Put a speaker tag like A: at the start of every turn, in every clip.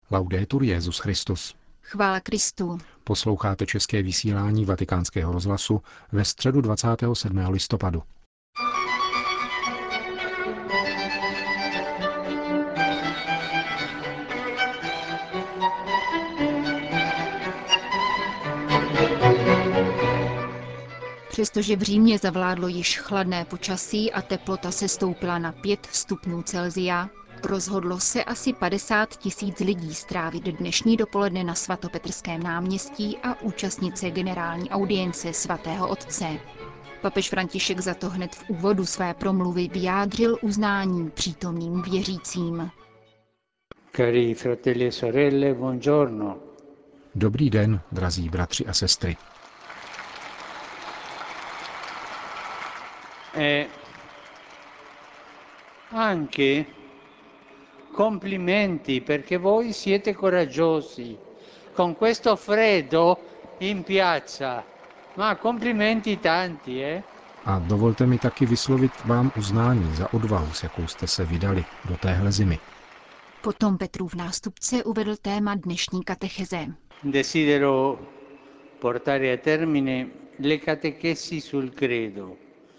A: Laudetur Jesus Christus.
B: Chvála Kristu.
A: Posloucháte české vysílání Vatikánského rozhlasu ve středu 27. listopadu.
B: Přestože v Římě zavládlo již chladné počasí a teplota se stoupila na 5 stupňů Celsia, rozhodlo se asi 50 000 lidí strávit dnešní dopoledne na svatopetrském náměstí a účastnit se generální audience svatého otce. Papež František za to hned v úvodu své promluvy vyjádřil uznání přítomným věřícím.
C: Cari fratelli e sorelle, buongiorno.
A: Dobrý den, drazí bratři a sestry.
C: Anche complimenti perché voi siete coraggiosi con questo freddo in piazza. Ma complimenti tanti,
A: A dovolte mi taky vyslovit vám uznání za odvahu, s jakou jste se vydali do téhle zimy.
B: Potom Petrův nástupce uvedl téma dnešní katecheze.
C: Desidero portare a termine le catechesi sul credo,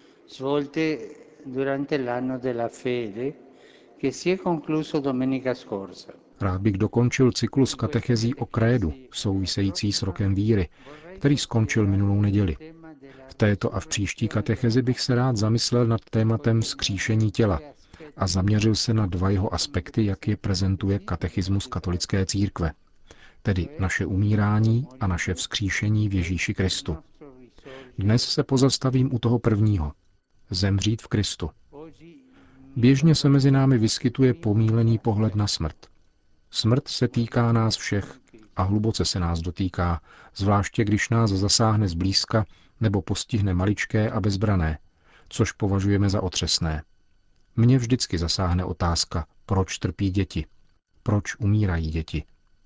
C: svolte durante l'anno della fede, che si è concluso domenica scorsa.
A: Rád bych dokončil cyklus katechezí o krédu, související s rokem víry, který skončil minulou neděli. V této a v příští katechezi bych se rád zamyslel nad tématem vzkříšení těla a zaměřil se na dva jeho aspekty, jak je prezentuje katechismus katolické církve, tedy naše umírání a naše vzkříšení v Ježíši Kristu. Dnes se pozastavím u toho prvního. Zemřít v Kristu. Běžně se mezi námi vyskytuje pomýlený pohled na smrt. Smrt se týká nás všech a hluboce se nás dotýká, zvláště když nás zasáhne zblízka nebo postihne maličké a bezbrané, což považujeme za otřesné. Mně vždycky zasáhne otázka, proč trpí děti, proč umírají děti.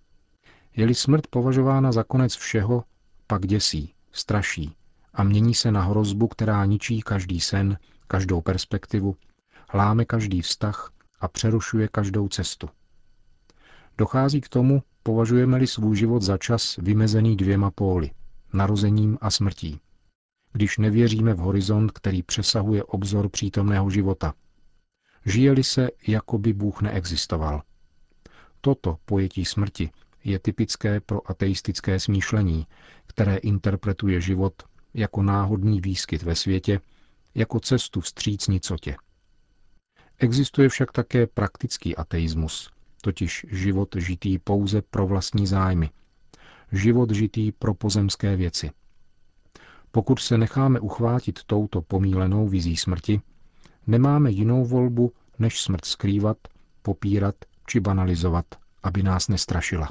A: Je-li smrt považována za konec všeho, pak děsí, straší a mění se na hrozbu, která ničí každý sen, každou perspektivu, láme každý vztah a přerušuje každou cestu. Dochází k tomu, považujeme-li svůj život za čas vymezený dvěma póly, narozením a smrtí. Když nevěříme v horizont, který přesahuje obzor přítomného života. Žije-li se, jako by Bůh neexistoval. Toto pojetí smrti je typické pro ateistické smýšlení, které interpretuje život jako náhodný výskyt ve světě, jako cestu vstříc nicotě. Existuje však také praktický ateismus, totiž život žitý pouze pro vlastní zájmy. Život žitý pro pozemské věci. Pokud se necháme uchvátit touto pomýlenou vizí smrti, nemáme jinou volbu, než smrt skrývat, popírat či banalizovat, aby nás nestrašila.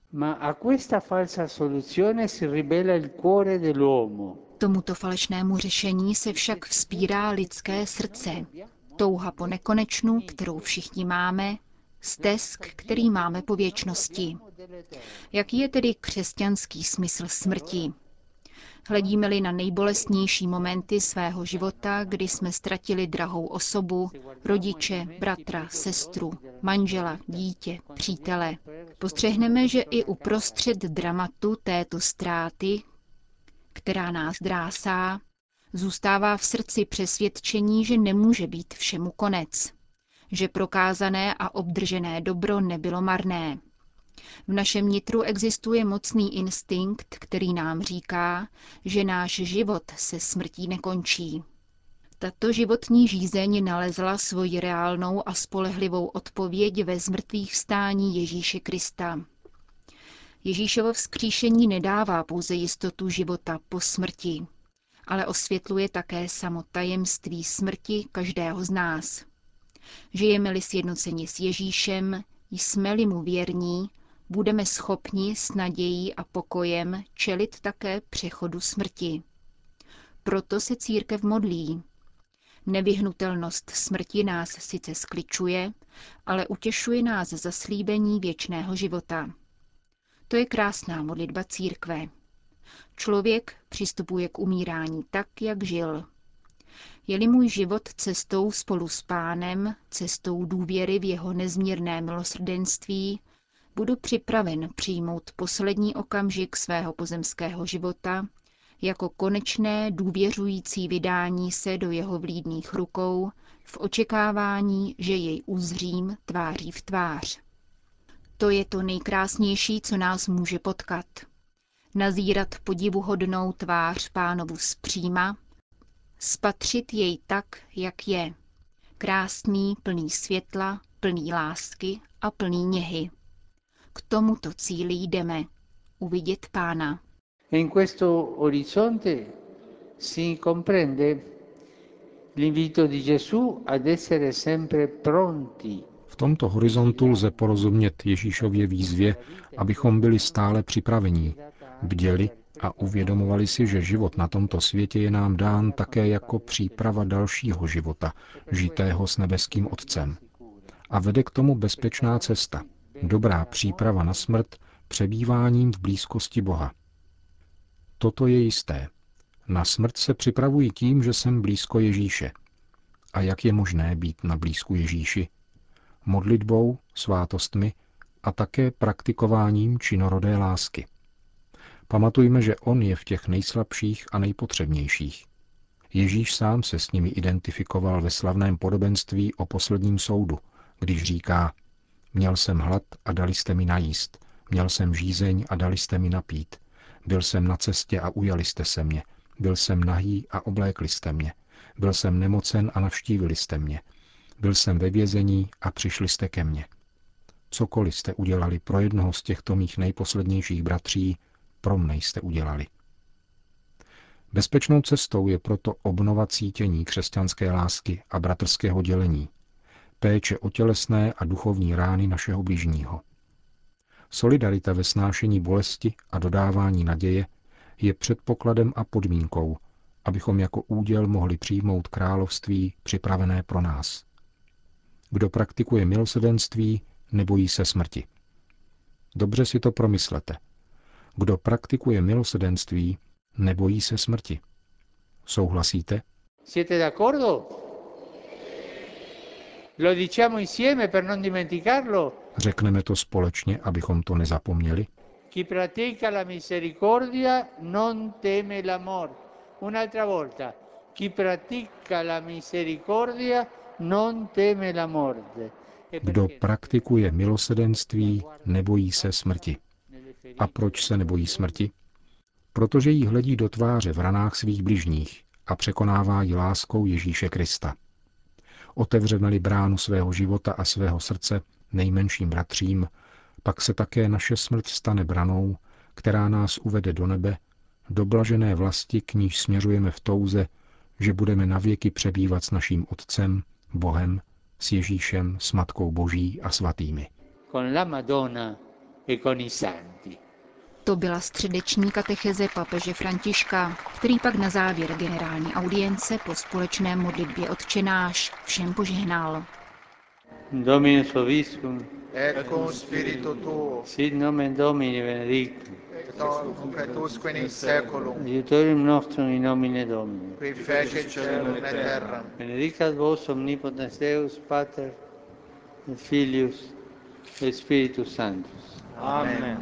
B: Tomuto falešnému řešení se však vzpírá lidské srdce. Touha po nekonečnu, kterou všichni máme, stesk, který máme po věčnosti. Jaký je tedy křesťanský smysl smrti? Hledíme-li na nejbolestnější momenty svého života, kdy jsme ztratili drahou osobu, rodiče, bratra, sestru, manžela, dítě, přítele, postřehneme, že i uprostřed dramatu této ztráty, která nás drásá, zůstává v srdci přesvědčení, že nemůže být všemu konec, že prokázané a obdržené dobro nebylo marné. V našem nitru existuje mocný instinkt, který nám říká, že náš život se smrtí nekončí. Tato životní žízeň nalezla svoji reálnou a spolehlivou odpověď ve zmrtvýchvstání Ježíše Krista. Ježíšovo vzkříšení nedává pouze jistotu života po smrti, ale osvětluje také samo tajemství smrti každého z nás. Žijeme-li sjednoceni s Ježíšem, jsme-li mu věrní, budeme schopni s nadějí a pokojem čelit také přechodu smrti. Proto se církev modlí. Nevyhnutelnost smrti nás sice skličuje, ale utěšuje nás zaslíbení věčného života. To je krásná modlitba církve. Člověk přistupuje k umírání tak, jak žil. Je-li můj život cestou spolu s Pánem, cestou důvěry v jeho nezmírné milosrdenství, budu připraven přijmout poslední okamžik svého pozemského života jako konečné důvěřující vydání se do jeho vlídných rukou v očekávání, že jej uzřím tváří v tvář. To je to nejkrásnější, co nás může potkat. Nazírat podivuhodnou tvář Pánovu zpříma, spatřit jej tak, jak je. Krásný, plný světla, plný lásky a plný něhy. K tomuto cíli jdeme. Uvidět Pána.
C: In questo orizzonte si comprende l'invito di Gesù ad essere sempre pronti.
A: V tomto horizontu lze porozumět Ježíšově výzvě, abychom byli stále připravení, bděli a uvědomovali si, že život na tomto světě je nám dán také jako příprava dalšího života, žitého s nebeským Otcem. A vede k tomu bezpečná cesta, dobrá příprava na smrt, přebýváním v blízkosti Boha. Toto je jisté. Na smrt se připravuji tím, že jsem blízko Ježíše. A jak je možné být na blízku Ježíši? Modlitbou, svátostmi a také praktikováním činorodé lásky. Pamatujme, že on je v těch nejslabších a nejpotřebnějších. Ježíš sám se s nimi identifikoval ve slavném podobenství o posledním soudu, když říká: Měl jsem hlad a dali jste mi najíst, měl jsem žízeň a dali jste mi napít, byl jsem na cestě a ujali jste se mě, byl jsem nahý a oblékli jste mě, byl jsem nemocen a navštívili jste mě, byl jsem ve vězení a přišli jste ke mně. Cokoliv jste udělali pro jednoho z těchto mých nejposlednějších bratří, pro mne jste udělali. Bezpečnou cestou je proto obnova cítění křesťanské lásky a bratrského dělení, péče o tělesné a duchovní rány našeho bližního. Solidarita ve snášení bolesti a dodávání naděje je předpokladem a podmínkou, abychom jako úděl mohli přijmout království připravené pro nás. Kdo praktikuje milosrdenství, nebojí se smrti. Dobře si to promyslete. Kdo praktikuje milosrdenství, nebojí se smrti. Souhlasíte?
C: Siete d'accordo? Lo diciamo insieme per non dimenticarlo.
A: Řekneme to společně, abychom to nezapomněli.
C: Chi pratica la misericordia non teme la mort. Un'altra volta. Chi pratica la misericordia non teme la morte.
A: Kdo praktikuje milosrdenství, nebojí se smrti. A proč se nebojí smrti? Protože jí hledí do tváře v ranách svých bližních a překonává ji láskou Ježíše Krista. Otevřeme-li bránu svého života a svého srdce nejmenším bratřím, pak se také naše smrt stane branou, která nás uvede do nebe, do blažené vlasti, k níž směřujeme v touze, že budeme navěky přebývat s naším Otcem, Bohem, s Ježíšem, s Matkou Boží a svatými.
C: Con la Madonna e con i santi.
B: To byla středeční katecheze papeže Františka, který pak na závěr generální audience po společné modlitbě Otčenáš všem požehnal.
C: Dominus vobiscum.
D: Et cum spiritu tuo,
C: Sit nomen Domini benedictum.
D: et nunc et usque in saeculum,
C: Aiutorium nostrum in nomine Domini.
D: qui fecit caelum et terram.
C: Benedicat vos omnipotens Deus, Pater, et Filius, et Spiritus Sanctus.
D: Amen.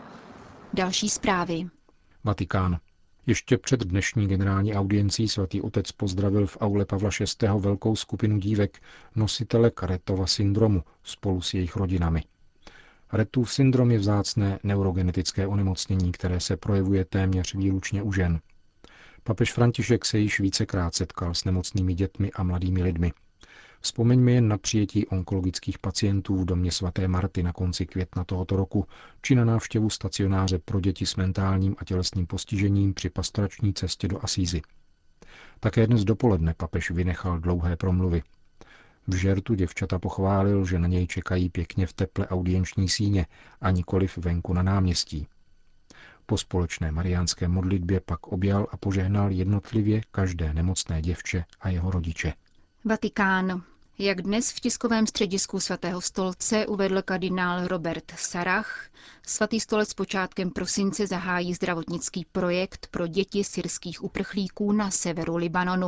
B: Další zprávy.
A: Vatikán. Ještě před dnešní generální audiencí svatý otec pozdravil v aule Pavla VI. Velkou skupinu dívek nositelek Rettova syndromu spolu s jejich rodinami. Rettův syndrom je vzácné neurogenetické onemocnění, které se projevuje téměř výlučně u žen. Papež František se již vícekrát setkal s nemocnými dětmi a mladými lidmi. Vzpomeňme jen na přijetí onkologických pacientů v domě svaté Marty na konci května tohoto roku, či na návštěvu stacionáře pro děti s mentálním a tělesným postižením při pastorační cestě do Asízy. Také dnes dopoledne papež vynechal dlouhé promluvy. V žertu děvčata pochválil, že na něj čekají pěkně v teple audienční síně a nikoliv venku na náměstí. Po společné mariánské modlitbě pak objal a požehnal jednotlivě každé nemocné děvče a jeho rodiče.
B: Vatikán. Jak dnes v tiskovém středisku svatého stolce uvedl kardinál Robert Sarach, svatý stolec počátkem prosince zahájí zdravotnický projekt pro děti syrských uprchlíků na severu Libanonu.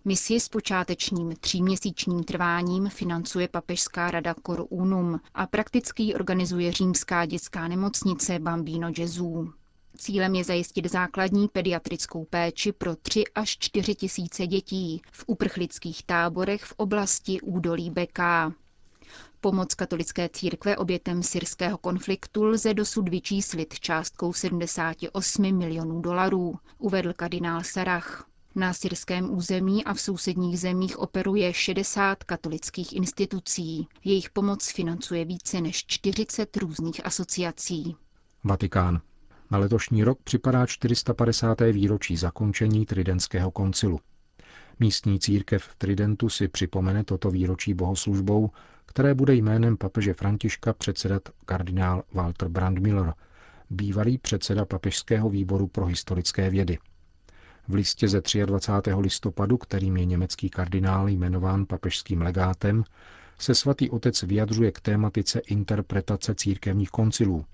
B: Misi s počátečním 3měsíčním trváním financuje Papežská rada Cor Unum a prakticky ji organizuje římská dětská nemocnice Bambino Gesù. Cílem je zajistit základní pediatrickou péči pro 3 až 4 tisíce dětí v uprchlických táborech v oblasti údolí Bekaa. Pomoc katolické církve obětem syrského konfliktu lze dosud vyčíslit částkou $78 milionů, uvedl kardinál Sarach. Na syrském území a v sousedních zemích operuje 60 katolických institucí. Jejich pomoc financuje více než 40 různých asociací.
A: Vatikán. Na letošní rok připadá 450. výročí zakončení Tridentského koncilu. Místní církev v Tridentu si připomene toto výročí bohoslužbou, které bude jménem papeže Františka předsedat kardinál Walter Brandmüller, bývalý předseda Papežského výboru pro historické vědy. V listě ze 23. listopadu, kterým je německý kardinál jmenován papežským legátem, se svatý otec vyjadřuje k tématice interpretace církevních koncilů.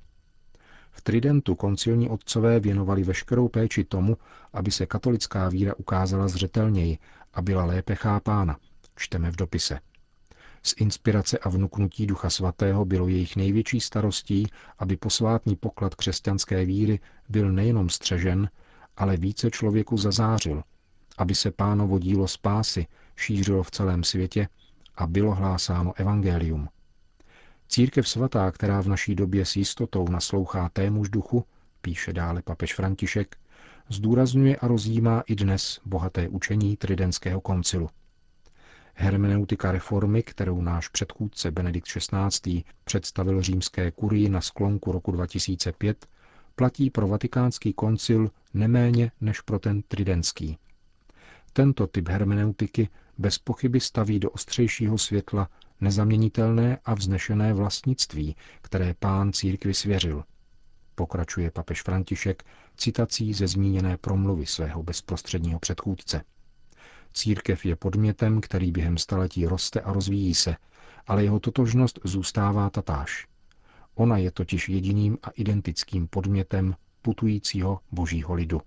A: V Tridentu koncilní otcové věnovali veškerou péči tomu, aby se katolická víra ukázala zřetelněji a byla lépe chápána, čteme v dopise. Z inspirace a vnuknutí Ducha Svatého bylo jejich největší starostí, aby posvátný poklad křesťanské víry byl nejenom střežen, ale více člověku zazářil, aby se Pánovo dílo spásy šířilo v celém světě a bylo hlásáno evangelium. Církev svatá, která v naší době s jistotou naslouchá témuž duchu, píše dále papež František, zdůrazňuje a rozjímá i dnes bohaté učení Tridentského koncilu. Hermeneutika reformy, kterou náš předchůdce Benedikt XVI. Představil římské kurii na sklonku roku 2005, platí pro vatikánský koncil neméně než pro ten tridentský. Tento typ hermeneutiky bez pochyby staví do ostřejšího světla nezaměnitelné a vznešené vlastnictví, které Pán církvi svěřil. Pokračuje papež František citací ze zmíněné promluvy svého bezprostředního předchůdce. Církev je podmětem, který během staletí roste a rozvíjí se, ale jeho totožnost zůstává tatáž. Ona je totiž jediným a identickým podmětem putujícího božího lidu.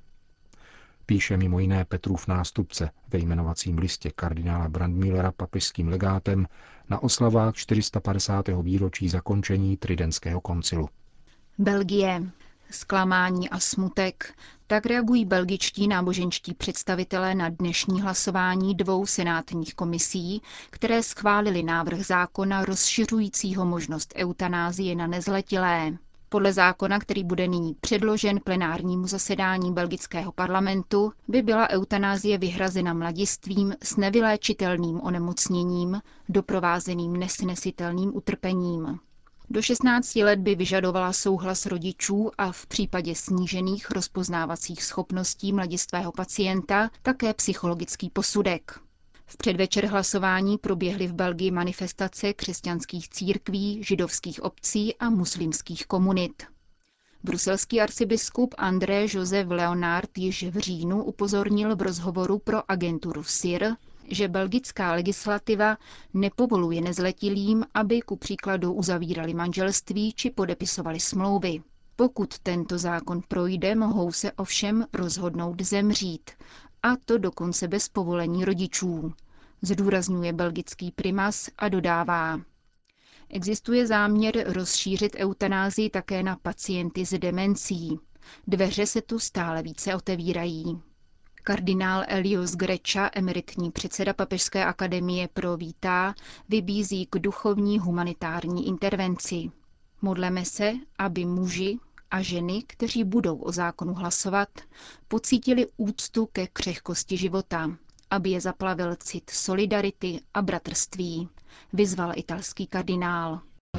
A: Píše mimo jiné Petrův nástupce ve jmenovacím listě kardinála Brandmüllera papežským legátem na oslavách 450. výročí zakončení Tridentského koncilu.
B: Belgie. Zklamání a smutek. Tak reagují belgičtí náboženští představitelé na dnešní hlasování 2 senátních komisí, které schválili návrh zákona rozšiřujícího možnost eutanázie na nezletilé. Podle zákona, který bude nyní předložen plenárnímu zasedání belgického parlamentu, by byla eutanázie vyhrazena mladistvím s nevyléčitelným onemocněním, doprovázeným nesnesitelným utrpením. Do 16 let by vyžadovala souhlas rodičů a v případě snížených rozpoznávacích schopností mladistvého pacienta také psychologický posudek. V předvečer hlasování proběhly v Belgii manifestace křesťanských církví, židovských obcí a muslimských komunit. Bruselský arcibiskup André Joseph Leonard již v říjnu upozornil v rozhovoru pro agenturu SIR, že belgická legislativa nepovoluje nezletilým, aby ku příkladu uzavírali manželství či podepisovali smlouvy. Pokud tento zákon projde, mohou se ovšem rozhodnout zemřít, a to dokonce bez povolení rodičů, zdůrazňuje belgický primas a dodává. Existuje záměr rozšířit eutanázii také na pacienty s demencí. Dveře se tu stále více otevírají. Kardinál Elios Greča, emeritní předseda Papežské akademie pro Vita, vybízí k duchovní humanitární intervenci. Modleme se, aby muži a ženy, kteří budou o zákonu hlasovat, pocítili úctu ke křehkosti života, aby je zaplavil cit solidarity a bratrství, vyzval italský kardinál.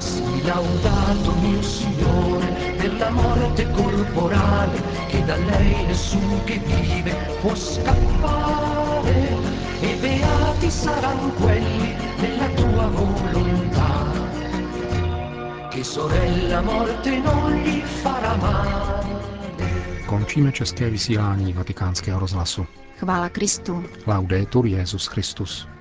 A: Končíme české vysílání Vatikánského rozhlasu.
B: Chvála Kristu.
A: Laudetur Jesus Christus.